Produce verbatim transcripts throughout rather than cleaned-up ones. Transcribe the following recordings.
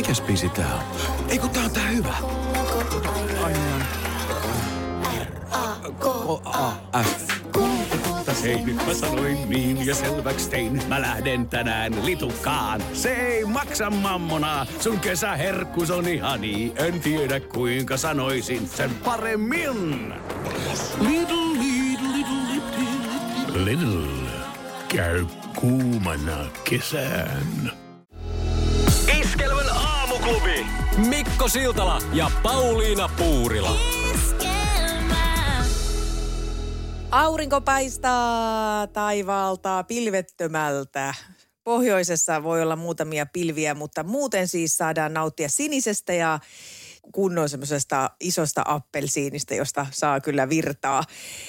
Mikäs biisi tää on? Ei kun tää on tää hyvä. Aivan. R-A-K-A-F. Hei, nyt mä sanoin niin ja selväks tein. Mä lähden tänään litukaan. Se ei maksa mammonaa. Sun kesäherkkus on ihani. En tiedä kuinka sanoisin sen paremmin. Lidl, Lidl, Lidl, Lidl. Lidl. Käy kuumana kesään. Iskelmän aamuklubi. Mikko Siltala ja Pauliina Puurila. Aurinko paistaa taivaalta pilvettömältä. Pohjoisessa voi olla muutamia pilviä, mutta muuten siis saadaan nauttia sinisestä ja kunnon semmoisesta isosta appelsiinista, josta saa kyllä virtaa.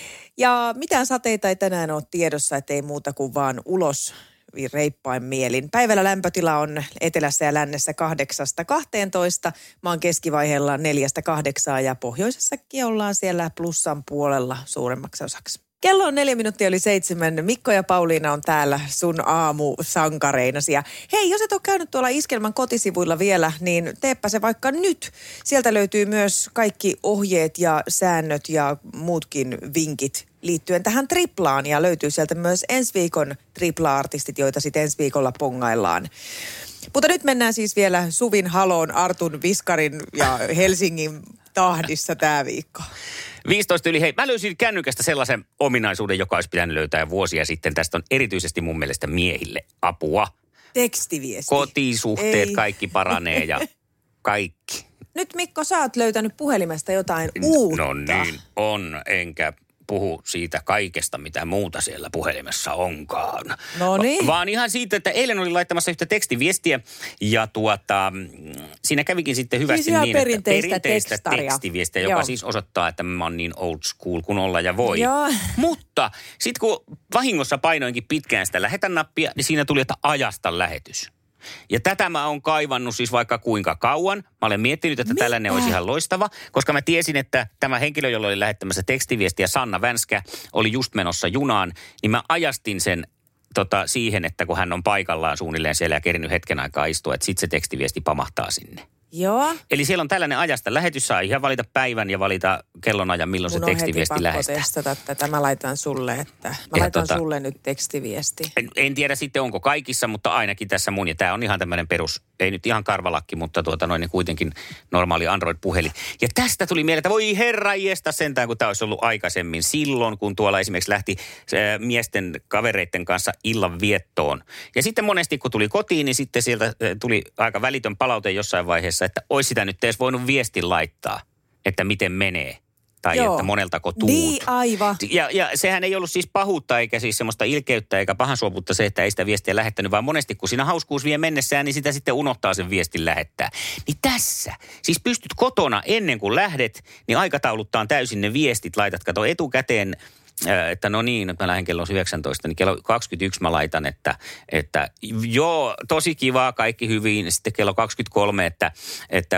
Ja mitään sateita ei tänään ole tiedossa, ettei muuta kuin vaan ulos reippain mielin. Päivällä lämpötila on etelässä ja lännessä kahdeksasta kahteentoista, maan keskivaiheella neljästä kahdeksaan ja pohjoisessakin ollaan siellä plussan puolella suuremmaksi osaksi. Kello on neljä minuuttia yli seitsemän. Mikko ja Pauliina on täällä sun aamusankareinasi. Ja hei, jos et ole käynyt tuolla Iskelmän kotisivuilla vielä, niin teepä se vaikka nyt. Sieltä löytyy myös kaikki ohjeet ja säännöt ja muutkin vinkit liittyen tähän triplaan. Ja löytyy sieltä myös ensi viikon tripla-artistit, joita sitten ensi viikolla pongaillaan. Mutta nyt mennään siis vielä Suvin, Haloon, Artun, Viskarin ja Helsingin tahdissa tämä viikko. viisitoista yli. Hei, mä löysin kännykästä sellaisen ominaisuuden, joka olisi pitänyt löytää jo vuosia sitten. Tästä on erityisesti mun mielestä miehille apua. Tekstiviesti. Kotisuhteet, Ei. kaikki paranee ja kaikki. Nyt Mikko, sä oot löytänyt puhelimesta jotain uutta. No niin, on, enkä puhu siitä kaikesta, mitä muuta siellä puhelimessa onkaan. No niin. Vaan ihan siitä, että eilen olin laittamassa yhtä tekstiviestiä ja tuota, siinä kävikin sitten hyvästi siis niin, perinteistä että perinteistä tekstaria. tekstiviestiä, joka Joo. siis osoittaa, että mä oon niin old school kun olla ja voi. Joo. Mutta sitten kun vahingossa painoinkin pitkään sitä lähetä-nappia, niin siinä tuli, että ajasta lähetys. Ja tätä mä oon kaivannut siis vaikka kuinka kauan. Mä olen miettinyt, että Mitä? tällainen olisi ihan loistava, koska mä tiesin, että tämä henkilö, jolla oli lähettämässä tekstiviestiä, Sanna Vänskä, oli just menossa junaan, niin mä ajastin sen tota, siihen, että kun hän on paikallaan suunnilleen siellä ja kerinyt hetken aikaa istua, että sitten se tekstiviesti pamahtaa sinne. Joo. Eli siellä on tällainen ajasta lähetys, saa ihan valita päivän ja valita kellonajan, milloin Mun se on tekstiviesti heti lähettää. pakko testata tätä. Mä laitan sulle, että mä Ja laitan tota- sulle nyt tekstiviesti. En, en tiedä sitten onko kaikissa, mutta ainakin tässä mun. Ja tämä on ihan tämmöinen perus, ei nyt ihan karvalakki, mutta tuota noin niin kuitenkin normaali Android-puhelin. Ja tästä tuli mieleen, että voi herranjesta sentään, kun tämä olisi ollut aikaisemmin silloin, kun tuolla esimerkiksi lähti ää, miesten kavereiden kanssa illan viettoon. Ja sitten monesti kun tuli kotiin, niin sitten sieltä ää, tuli aika välitön palaute jossain vaiheessa, että olisi sitä nyt edes voinut viestin laittaa, että miten menee. Tai Joo. että moneltako tuut. Niin, aivan. Ja, ja sehän ei ollut siis pahuutta eikä siis semmoista ilkeyttä eikä pahansuopuutta se, että ei sitä viestiä lähettänyt, vaan monesti kun siinä hauskuus vie mennessään, niin sitä sitten unohtaa sen viestin lähettää. Niin tässä, siis pystyt kotona ennen kuin lähdet, niin aikatauluttaan täysin ne viestit, laitat kato etukäteen, että no niin, että mä lähden kello yhdeksäntoista, niin kello kaksikymmentäyksi mä laitan, että, että joo, tosi kivaa, kaikki hyvin. Sitten kello kaksikymmentäkolme, että, että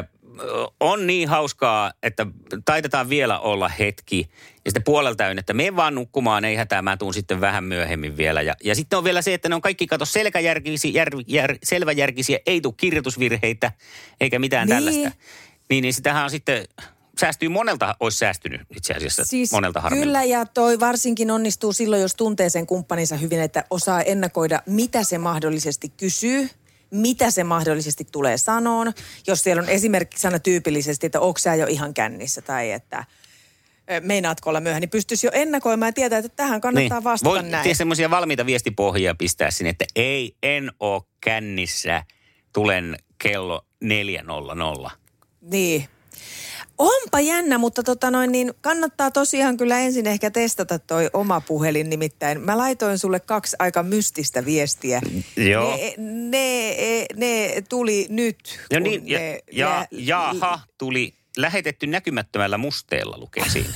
on niin hauskaa, että taitetaan vielä olla hetki. Ja sitten puolelta täynnä, että mene vaan nukkumaan, ei hätää, mä tuun sitten vähän myöhemmin vielä. Ja, ja sitten on vielä se, että ne on kaikki, kato, selkäjärkisiä, jär, jär, selvänjärkisiä, ei tule kirjoitusvirheitä, eikä mitään Niin. tällaista. Niin, niin sitähän on sitten, säästyy monelta, olisi säästynyt itse asiassa Siis monelta harmilta. kyllä, ja toi varsinkin onnistuu silloin, jos tuntee sen kumppaninsa hyvin, että osaa ennakoida, mitä se mahdollisesti kysyy, mitä se mahdollisesti tulee sanoon. Jos siellä on esimerkiksi aina tyypillisesti, että onko sä jo ihan kännissä tai että meinaatko olla myöhään, niin pystyisi jo ennakoimaan ja tietää, että tähän kannattaa niin vastata voi näin. Voi semmoisia valmiita viestipohjia pistää sinne, että ei, en ole kännissä, tulen kello neljä nolla nolla. Niin. Onpa jännä, mutta tota noin, niin kannattaa tosiaan kyllä ensin ehkä testata toi oma puhelin. Nimittäin mä laitoin sulle kaksi aika mystistä viestiä. Joo. Ne, ne, ne tuli nyt. Ja kun niin, ja, ne ja, lä- jaha, tuli lähetetty näkymättömällä musteella, lukee siinä.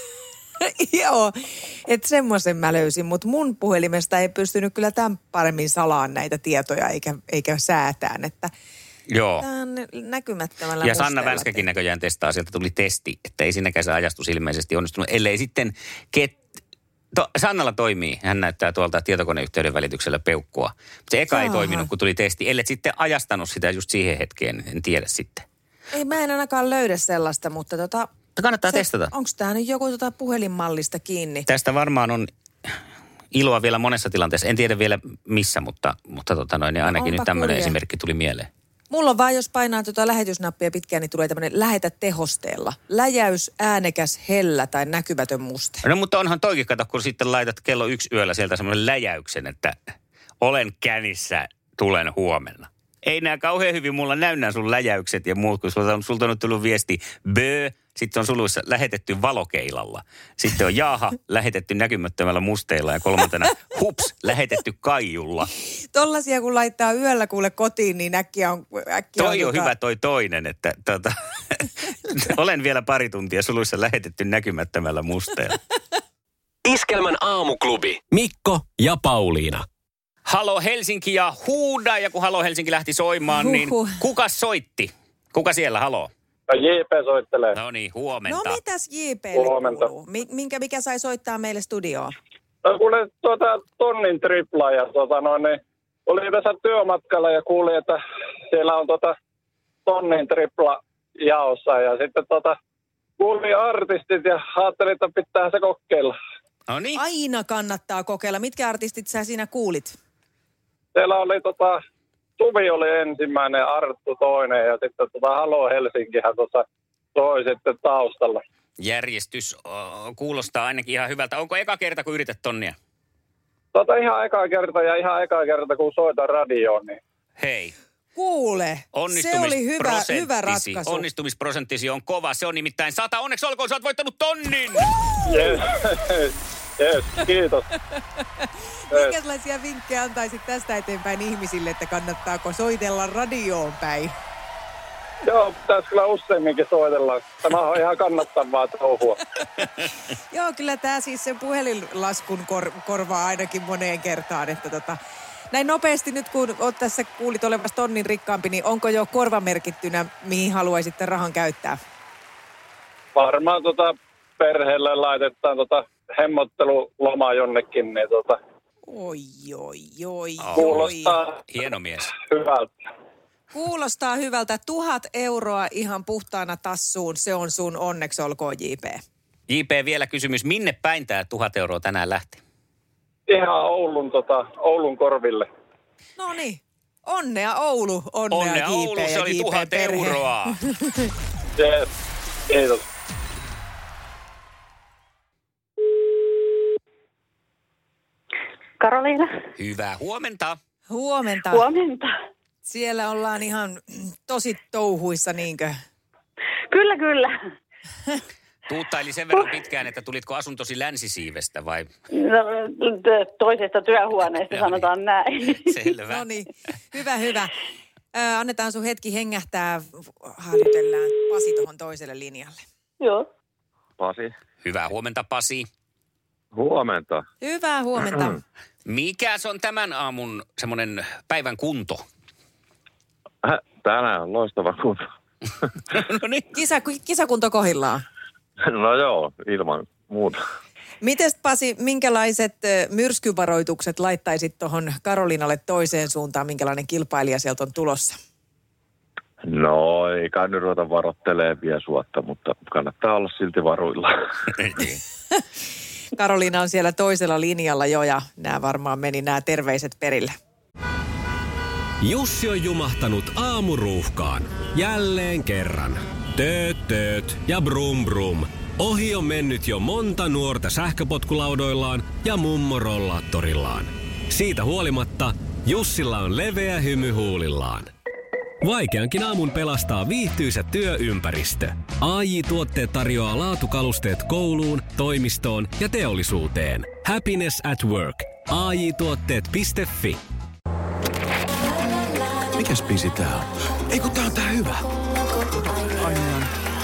Joo, että semmoisen mä löysin, mutta mun puhelimesta ei pystynyt kyllä tämän paremmin salaan näitä tietoja eikä, eikä säätään, että Joo. tämä on näkymättömällä Ja Sanna musteella Vänskäkin tehty. näköjään testaa, sieltä tuli testi, että ei siinäkään se ajastus ilmeisesti onnistunut, ellei sitten ket, To, Sannalla toimii. Hän näyttää tuolta tietokoneyhteyden välityksellä peukkua. Se eka Jaaha. ei toiminut, kun tuli testi. Ellet sitten ajastanut sitä just siihen hetkeen, en tiedä sitten. Ei, mä en ainakaan löydä sellaista, mutta tota... Kannattaa se, testata. Onko tämä nyt joku tota puhelinmallista kiinni? Tästä varmaan on iloa vielä monessa tilanteessa. En tiedä vielä missä, mutta, mutta tota noin, niin ainakin Onpa nyt tämmöinen kurja. Esimerkki tuli mieleen. Mulla on vaan, jos painaa tuota lähetysnappia pitkään, niin tulee tämmöinen lähetä tehosteella. Läjäys, äänekäs, hellä tai näkymätön muste. No mutta onhan toikin, kato, kun sitten laitat kello yksi yöllä sieltä semmoinen läjäyksen, että olen känissä, tulen huomenna. Ei nää kauhean hyvin mulla näynnä sun läjäykset ja muut, kun sulta on, sulta on tullut viesti bö, sitten on suluissa lähetetty valokeilalla. Sitten on jaaha, lähetetty näkymättömällä musteilla ja kolmantena hups, lähetetty kaijulla. Tollaisia kun laittaa yöllä kuule kotiin, niin äkkiä on... Äkkiä toi on, on hyvä toi toinen, että tota, olen vielä pari tuntia suluissa lähetetty näkymättömällä musteella. Iskelmän aamuklubi. Mikko ja Pauliina. Halo Helsinki ja huuda, ja kun Halo Helsinki lähti soimaan, Huhhuh. niin kuka soitti? Kuka siellä, halo? J P soittelee. No niin, huomenta. No mitäs J P:lle huomenta. kuuluu? Minkä, mikä sai soittaa meille studioon? No kuule tuota, tonnin tripla ja tota noin, niin oli tässä työmatkalla ja kuulin, että siellä on tota tonnin tripla jaossa ja sitten tota kuulin artistit ja ajattelin, että pitää se kokeilla. No niin. Aina kannattaa kokeilla. Mitkä artistit sä siinä kuulit? Siellä oli tota, Suvi oli ensimmäinen, Arttu toinen ja sitten tota Halo Helsinkihän tuossa soi sitten taustalla. Järjestys oh, kuulostaa ainakin ihan hyvältä. Onko eka kerta, kun yrität tonnia? Tota ihan eka kerta ja ihan eka kerta, kun soitan radioon, niin... Hei. Kuule, se oli hyvä, hyvä ratkaisu. Onnistumisprosenttisi on kova. Se on nimittäin sata. Onneksi olkoon, sä oot voittanut tonnin! Yes, yes, kiitos. Minkälaisia vinkkejä antaisit tästä eteenpäin ihmisille, että kannattaako soitella radioon päin? Joo, pitäisi kyllä useamminkin soitella. Tämä on ihan kannattavaa touhua. Joo, kyllä tämä siis sen puhelinlaskun kor- korvaa ainakin moneen kertaan. Että tota, näin nopeasti nyt, kun olet tässä kuulit olevasta tonnin rikkaampi, niin onko jo korvamerkittynä, mihin haluaisitte rahan käyttää? Varmaan tota perheelle laitetaan tota hemmotteluloma jonnekin, niin tota... Oi, oi, oi, kuulostaa hieno mies. Hyvältä. Kuulostaa hyvältä. Tuhat euroa ihan puhtaana tassuun. Se on sun onneksi olkoon, J P. J P, vielä kysymys. Minne päin tämä tuhat euroa tänään lähti? Ihan Oulun, tota, Oulun korville. No niin. Onnea Oulu. Onnea, Onnea J P Oulu, se oli tuhat perhe. Euroa. Yes. Kiitos. Karoliina. Hyvää huomenta. Huomenta. Huomenta. Siellä ollaan ihan tosi touhuissa, niinkö? Kyllä, kyllä. Tuuttaili sen verran pitkään, että tulitko asuntosi länsisiivestä vai? No, toisesta työhuoneesta no sanotaan niin. näin. Selvä. No niin, hyvä, hyvä. Ö, annetaan sun hetki hengähtää, hälytellään Pasi tuohon toiselle linjalle. Joo. Pasi. Hyvää huomenta, Pasi. Huomenta. Hyvää huomenta. Mikäs on tämän aamun semmoinen päivän kunto? Äh, tänään on loistava kunto. No niin. Kisa, kisakunto kohillaan. No joo, ilman muuta. Mites Pasi, minkälaiset myrskyvaroitukset laittaisit tuohon Karoliinalle toiseen suuntaan? Minkälainen kilpailija sieltä on tulossa? No ei kai nyt ruveta varoittelemaan vielä suotta, mutta kannattaa olla silti varuilla. Karoliina on siellä toisella linjalla jo ja nämä varmaan meni nämä terveiset perille. Jussi on jumahtanut aamuruuhkaan. Jälleen kerran. Tööt, tööt ja brum brum. Ohi on mennyt jo monta nuorta sähköpotkulaudoillaan ja mummorollaattorillaan. Siitä huolimatta Jussilla on leveä hymy huulillaan. Vaikeankin aamun pelastaa viihtyisä työympäristö. A J-tuotteet tarjoaa laatukalusteet kouluun, toimistoon ja teollisuuteen. Happiness at work. A J tuotteet piste fi. Mikäs biisi tää on? Ei kun tää on tää hyvä. Aivan.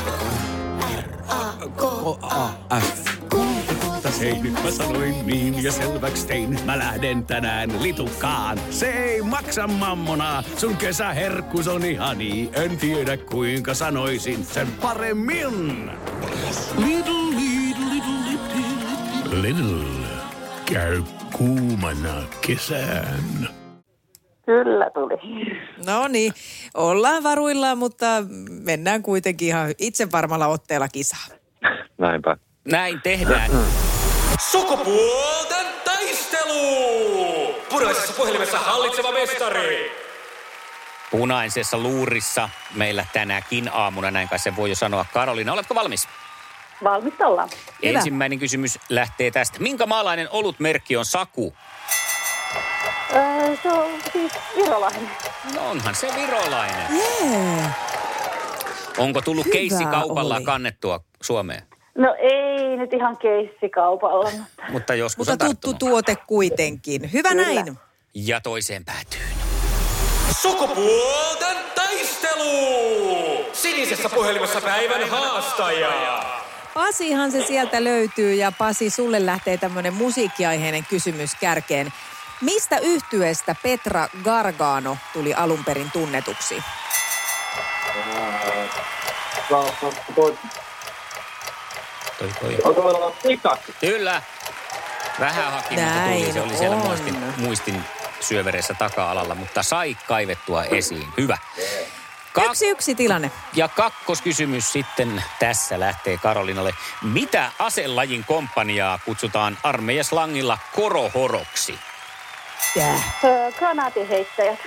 R-A-K-A-F. Hei, nyt mä sanoin niin ja selväks tein. Mä lähden tänään litukaan. Se ei maksa mammona. Sun kesäherkkus on ihani. En tiedä kuinka sanoisin sen paremmin. Little, little, little, little, little. käy kuumana kesän. Kyllä tuli. No niin, ollaan varuillaan, mutta mennään kuitenkin ihan itsevarmalla otteella kisaan. Näinpä. Näin tehdään. Sukupuolten taistelu! Punaisessa puhelimessa hallitseva mestari. Punaisessa luurissa meillä tänäkin aamuna, näin kai se voi jo sanoa. Karoliina, oletko valmis? Valmista ollaan. Hyvä. Ensimmäinen kysymys lähtee tästä. Minkä maalainen olutmerkki on Saku? Öö, se on siis virolainen. No onhan se virolainen. Jee. Onko tullut Hyvä keissi kaupalla oli. kannettua Suomeen? No ei nyt ihan keissikaupalla, mutta... Mutta joskus Mutta on tuttu tarttunut. tuote kuitenkin. Hyvä Kyllä. näin. Ja toiseen päätyyn. Sukupuolten taistelu! Sinisessä puhelimessa päivän haastaja. Pasihan se sieltä löytyy ja Pasi, sulle lähtee tämmöinen musiikkiaiheinen kysymys kärkeen. Mistä yhtyeestä Petra Gargano tuli alun perin tunnetuksi? Toi, toi. Onko pika? Kyllä. Vähän haki, mutta tuli. Näin Se oli siellä on. muistin, muistin syövereissä taka-alalla, mutta sai kaivettua esiin. Hyvä. Kak- Yksi yksi tilanne. ja kakkoskysymys sitten tässä lähtee Karolinalle. Mitä aselajin komppaniaa kutsutaan armeijaslangilla korohoroksi? Tää. Öö, granaatiheittäjät.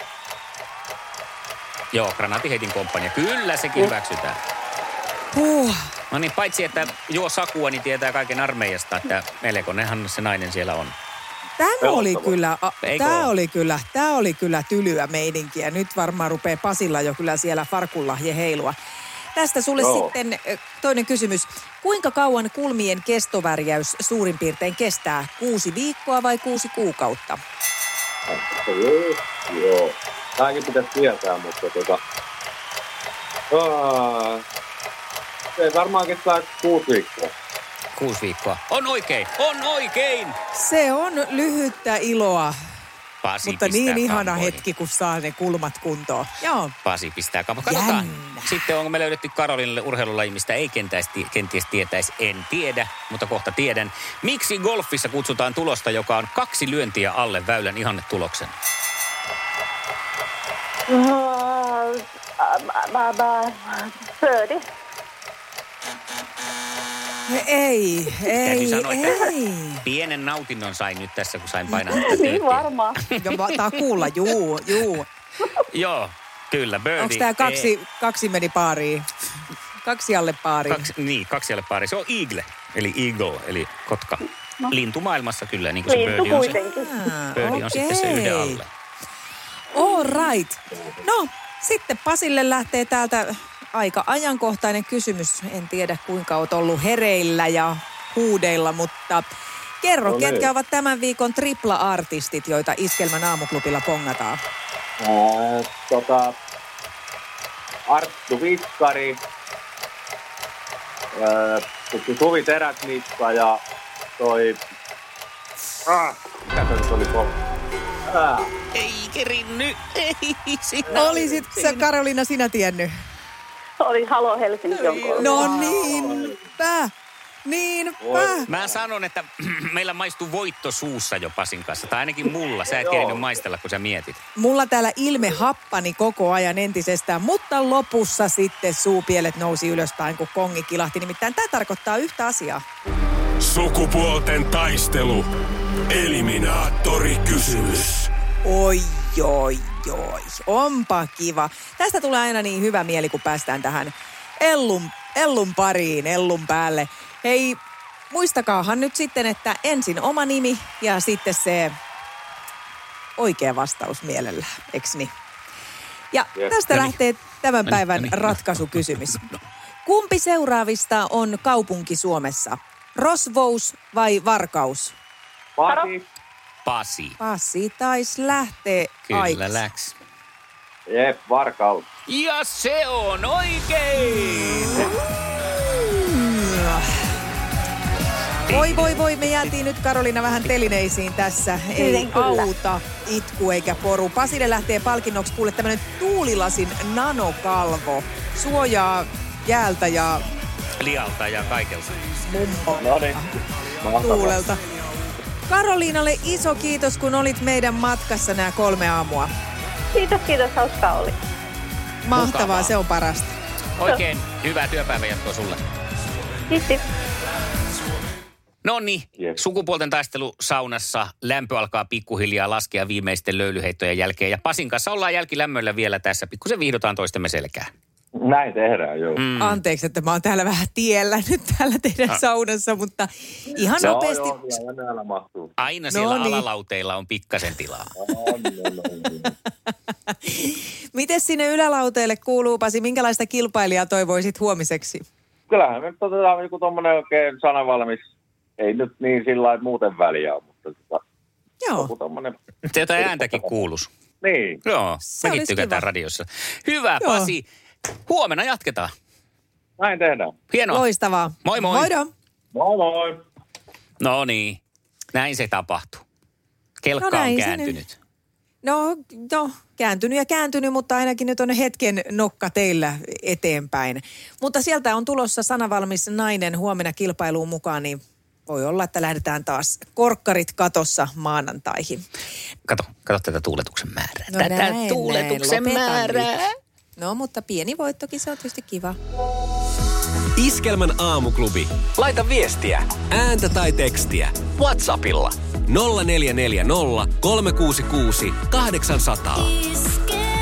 Joo, granaatiheitin komppania. Kyllä, sekin hyväksytään. Huh. No niin, paitsi että juo Sakua, niin tietää kaiken armeijasta, että melkoinenhan se nainen siellä on. Tämä oli kyllä, a, Eikö tämä ole? oli kyllä, tämä oli kyllä tylyä meidinkiä. Nyt varmaan rupeaa Pasilla jo kyllä siellä farkunlahje heilua. Tästä sulle Joo. sitten ö, toinen kysymys. Kuinka kauan kulmien kestovärjäys suurin piirtein kestää? Kuusi viikkoa vai kuusi kuukautta? Joo. Tämäkin pitäisi tietää, mutta tota... Aa, se ei varmaan kestää kuusi viikkoa. Kuusi viikkoa. On oikein, on oikein! Se on lyhyttä iloa, Pasi mutta pistää niin ihana kampoihin. hetki, kun saa ne kulmat kuntoon. Joo. Pasi pistää kampo. Katsotaan. Jännä. Sitten onko me löydetty Karolinalle urheilulaji, mistä ei kenties, kenties tietäisi. En tiedä, mutta kohta tiedän. Miksi golfissa kutsutaan tulosta, joka on kaksi lyöntiä alle väylän ihannetuloksen? Öö, Söödi. Ei, Täytyy ei, sanoa, että ei. pienen nautinnon sain nyt tässä, kun sain painaa tätä Niin tööttiä. varmaan. Jo va- takuulla, juu, juu. Joo, kyllä, birdie. Onko tämä kaksi, kaksi meni paariin? Kaksi alle paariin. Kaksi, niin, kaksi alle pari. Se on eagle, eli eagle, eli kotka. No. Lintumaailmassa kyllä, niin kuin se Lintu birdie on se. kuitenkin. Ah, Birdie on sitten se yhden alle. All right. No, sitten Pasille lähtee täältä aika ajankohtainen kysymys. En tiedä, kuinka olet ollut hereillä ja huudeilla, mutta kerro, No niin. ketkä ovat tämän viikon tripla-artistit, joita Iskelmän aamuklubilla pongataan? Ää, tota... Arttu Viskari. Ää, sitten Suvi Teräsnitta ja toi... Ah, mikä se nyt oli kolme? Ah. Ei kerinny, ei sinä. Olisit sä, Karoliina, sinä tiennyt? Oli Halo Helsinki on kolme. No niinpä, niinpä. Mä sanon, että meillä maistuu voitto suussa jo Pasin kanssa. Tai ainakin mulla. Sä et kerinyt maistella, kun sä mietit. Mulla täällä ilme happani koko ajan entisestään, mutta lopussa sitten suupielet nousi ylöspäin, kun kongi kilahti. Nimittäin tämä tarkoittaa yhtä asiaa. Sukupuolten taistelu. Eliminaattori-kysymys. Oi, oi, oi. Onpa kiva. Tästä tulee aina niin hyvä mieli, kun päästään tähän Ellun, Ellun pariin, Ellun päälle. Hei, muistakaahan nyt sitten, että ensin oma nimi ja sitten se oikea vastaus mielellään, eks niin? Ja tästä lähtee tämän päivän ratkaisukysymys. Kumpi seuraavista on kaupunki Suomessa? Rosvous vai Varkaus? Pasi. Pasi. Pasi taisi lähteä Kyllä aikaisin. läks. Jep, Varkaus. Ja se on oikein! Voi, voi, voi. Me jäätiin nyt, Karoliina, vähän telineisiin tässä. Ei Kyllä, kyllä. auta itku eikä poru. Pasille lähtee palkinnoksi kuule tämmönen tuulilasin nanokalvo. Suojaa jäältä ja Lialta ja kaikelta. mummo No niin. tuulelta. Karoliinalle iso kiitos, kun olit meidän matkassa nämä kolme aamua. Kiitos, kiitos. Hauskaa oli. Mahtavaa, Mukavaa. se on parasta. Oikein hyvää työpäivän jatkoa sulle. Kiitos. No niin, Jep. sukupuolten taistelu saunassa. Lämpö alkaa pikkuhiljaa laskea viimeisten löylyheittojen jälkeen. Ja Pasin kanssa ollaan jälkilämmöllä vielä tässä. Pikkusen vihdotaan toistemme selkään. Näin tehdään, joo. Mm. Anteeksi, että mä oon täällä vähän tiellä nyt täällä teidän Ah. saunassa, mutta ihan Joo, nopeasti. joo, vielä näillä mahtuu. Aina siellä No niin. alalauteilla on pikkasen tilaa. On, on, on. Miten sinne ylälauteelle kuuluu, Pasi? Minkälaista kilpailijaa toivoisit huomiseksi? Kyllähän me nyt otetaan joku tommonen oikein sanavalmis. Ei nyt niin sillä lailla muuten väliä, mutta tota, Joo. joku tommonen. Se jotain ääntäkin kuulus. Niin. Joo, Se mekin olisi tykätään kiva. radiossa. Hyvä, Joo. Pasi. Huomenna jatketaan. Näin tehdään. Hienoa. Loistavaa. Moi moi. Moido. Moi moi. No niin, näin se tapahtuu. Kelkka No näin on se kääntynyt. No, no, kääntynyt ja kääntynyt, mutta ainakin nyt on hetken nokka teillä eteenpäin. Mutta sieltä on tulossa sanavalmis nainen huomenna kilpailuun mukaan, niin voi olla, että lähdetään taas korkkarit katossa maanantaihin. Kato, kato tätä tuuletuksen määrää. No tätä näin, tuuletuksen näin. Lopetan määrää. nyt. No, mutta pieni voittokin, se on tietysti kiva. Iskelmän aamuklubi. Laita viestiä, ääntä tai tekstiä. WhatsAppilla nolla neljä neljä nolla kolme kuusi kuusi kahdeksan nolla nolla.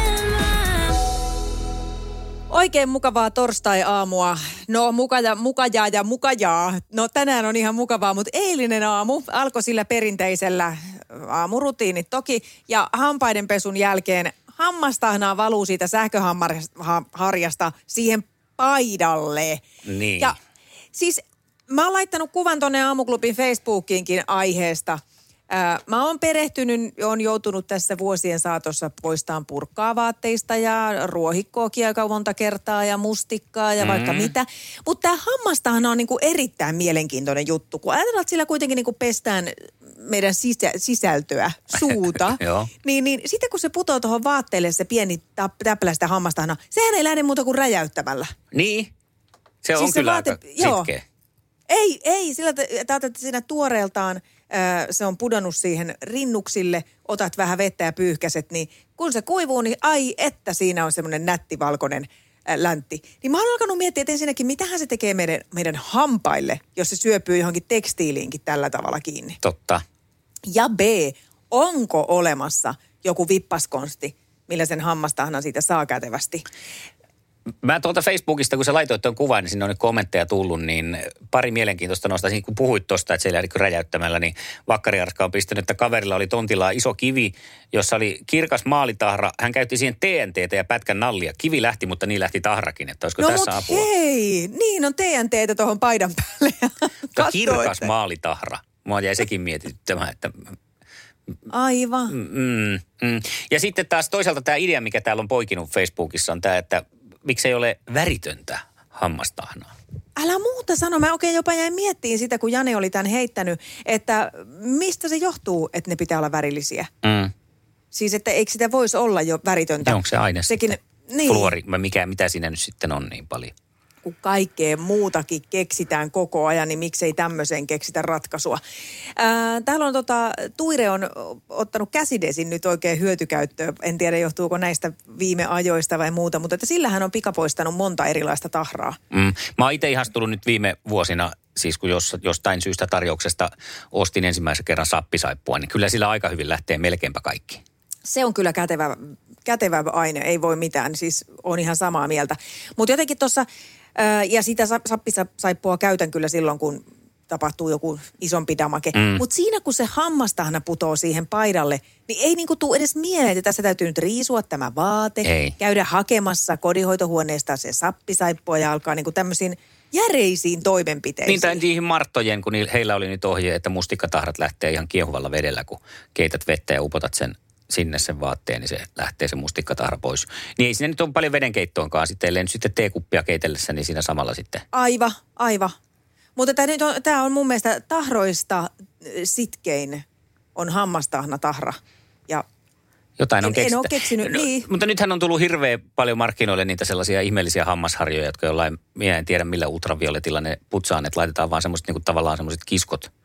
Oikein mukavaa torstai-aamua. No mukaja, mukajaa ja mukajaa. No tänään on ihan mukavaa, mutta eilinen aamu alkoi sillä perinteisellä aamurutiinit toki. Ja hampaidenpesun jälkeen hammastahnaa valuu siitä sähköharjasta siihen paidalle. Niin. Ja siis mä oon laittanut kuvan tonne Aamuklubin Facebookiinkin aiheesta. Ää, mä oon perehtynyt, oon joutunut tässä vuosien saatossa poistamaan purkkaa vaatteista ja ruohikkoakin aika monta kertaa ja mustikkaa ja mm. vaikka mitä. Mutta tämä hammastahna on niinku erittäin mielenkiintoinen juttu, kun ajatellaan, että sillä kuitenkin niinku pestään meidän sisä, sisältöä, suuta. Joo. niin, niin sitten kun se putoo tuohon vaatteelle se pieni tap, täpläistä hammastahna, sehän ei lähde muuta kuin räjäyttämällä. Niin, se on Siis se kyllä vaate- aika joo. sitkeä. Ei, ei. Sillä tavalla, että siinä tuoreeltaan ää, se on pudonnut siihen rinnuksille, otat vähän vettä ja pyyhkäset, niin kun se kuivuu, niin ai että siinä on semmoinen nätti valkoinen ää, läntti. Niin mä oon alkanut miettiä, että ensinnäkin mitähän se tekee meidän, meidän hampaille, jos se syöpyy johonkin tekstiiliinkin tällä tavalla kiinni. Totta. Ja B, onko olemassa joku vippaskonsti, millä sen hammastahnan siitä saa kätevästi? Mä tuolta Facebookista, kun sä laitoit tuon kuvan, niin sinne on nyt kommentteja tullut, niin pari mielenkiintoista nostaisin. Kun puhuit tuosta, että se lähdi räjäyttämällä, niin Vakkari Arska on pistänyt, että kaverilla oli tontillaan iso kivi, jossa oli kirkas maalitahra. Hän käytti siihen T N T:tä ja pätkän nallia. Kivi lähti, mutta niin lähti tahrakin, että olisiko No tässä mut apua? hei, niin on T N T:tä tuohon paidan päälle. Katso, Kirkas että- maalitahra. Mua jäi sekin mietityttämään, että Aivan. Mm, mm. Ja sitten taas toisaalta tämä idea, mikä täällä on poikinut Facebookissa, on tämä, että miksei ole väritöntä hammastahnaa. Älä muuta sano. Mä oikein jopa jäin miettimään sitä, kun Jane oli tämän heittänyt, että mistä se johtuu, että ne pitää olla värillisiä. Mm. Siis, että eikö sitä voisi olla jo väritöntä. Ja onko se aine Sekin, sitten? niin, Fluori, vai mikä, mitä siinä nyt sitten on niin paljon? kun kaikkea muutakin keksitään koko ajan, niin miksei tämmöiseen keksitä ratkaisua. Ää, täällä on tota, Tuire on ottanut käsidesin nyt oikein hyötykäyttöön. En tiedä, johtuuko näistä viime ajoista vai muuta, mutta että sillä hän on pikapoistanut monta erilaista tahraa. Mm. Mä oon itse ihastunut nyt viime vuosina, siis kun jos, jostain syystä tarjouksesta ostin ensimmäisen kerran sappisaippua, niin kyllä sillä aika hyvin lähtee melkeinpä kaikki. Se on kyllä kätevä, kätevä aine, ei voi mitään, siis on ihan samaa mieltä. Mutta jotenkin tuossa, ja sitä sappisaippua käytän kyllä silloin, kun tapahtuu joku isompi damake. Mm. Mutta siinä, kun se hammastahna putoo siihen paidalle, niin ei niinku tule edes mieleen, että tässä täytyy nyt riisua tämä vaate, ei. käydä hakemassa kodinhoitohuoneesta se sappisaippua ja alkaa niinku tämmöisiin järeisiin toimenpiteisiin. Niin, tai niihin Marttojen, kun heillä oli nyt ohje, että mustikkatahrat lähtee ihan kiehuvalla vedellä, kun keität vettä ja upotat sen sinne sen vaatteen, niin se lähtee se mustikkatahra pois. Niin ei siinä nyt ole paljon vedenkeittoonkaan sitten, ellei nyt sitten teekuppia keitellessä, niin siinä samalla sitten. Aiva, aiva. Mutta tämä on, tää on mun mielestä tahroista sitkein on hammastahnatahra. Ja Jotain on En- en keksitty. ole keksinyt, niin. Mutta nythän on tullut hirveän paljon markkinoille niitä sellaisia ihmeellisiä hammasharjoja, jotka jollain, minä en tiedä millä ultravioletilla ne putsaan, että laitetaan vaan semmoiset niin kuin tavallaan semmoiset kiskot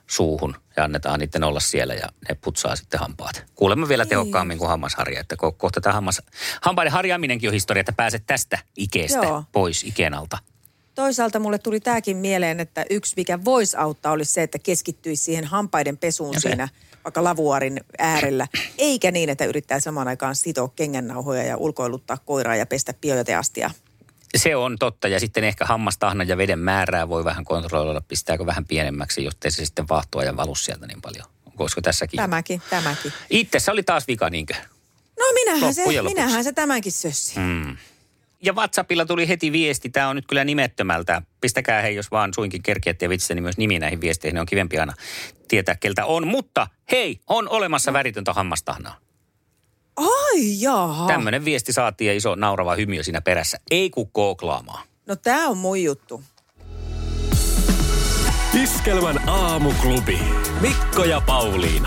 suuhun ja annetaan niiden olla siellä ja ne putsaa sitten hampaat. Kuulemma vielä tehokkaammin kuin hammasharja, että ko- kohta tämä hammas, hampaiden harjaaminenkin on historia, että pääset tästä ikeestä Joo. pois ikeen alta. Toisaalta mulle tuli tämäkin mieleen, että yksi mikä voisi auttaa olisi se, että keskittyisi siihen hampaiden pesuun okay. siinä vaikka lavuaarin äärellä, eikä niin, että yrittää samaan aikaan sitoa kengännauhoja ja ulkoiluttaa koiraa ja pestä biojateastia. Se on totta, ja sitten ehkä hammastahnan ja veden määrää voi vähän kontrolloida, pistääkö vähän pienemmäksi, jottei se sitten vaahtoa ja valu sieltä niin paljon. Olisiko tässäkin? Tämäkin, tämäkin. Itse se oli taas vika, niinkö? No minähän, se, minähän se tämänkin sössi. Hmm. Ja WhatsAppilla tuli heti viesti, tämä on nyt kyllä nimettömältä. Pistäkää hei, jos vaan suinkin kerkiätte ja vitsitte, niin myös nimi näihin viesteihin. Ne on kivempi aina tietää, keltä on. Mutta hei, on olemassa väritöntä hammastahnaa. Ai jaha. Tämmöinen viesti saatiin ja iso naurava hymiö siinä perässä. Ei kun kooklaamaan. No tää on mun juttu. Iskelmän aamuklubi. Mikko ja Pauliina.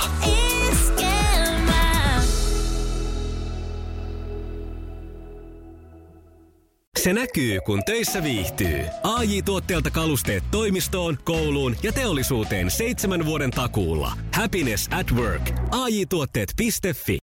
Se näkyy, kun töissä viihtyy. A J-tuotteelta kalusteet toimistoon, kouluun ja teollisuuteen seitsemän vuoden takuulla. Happiness at work. A J tuotteet piste fi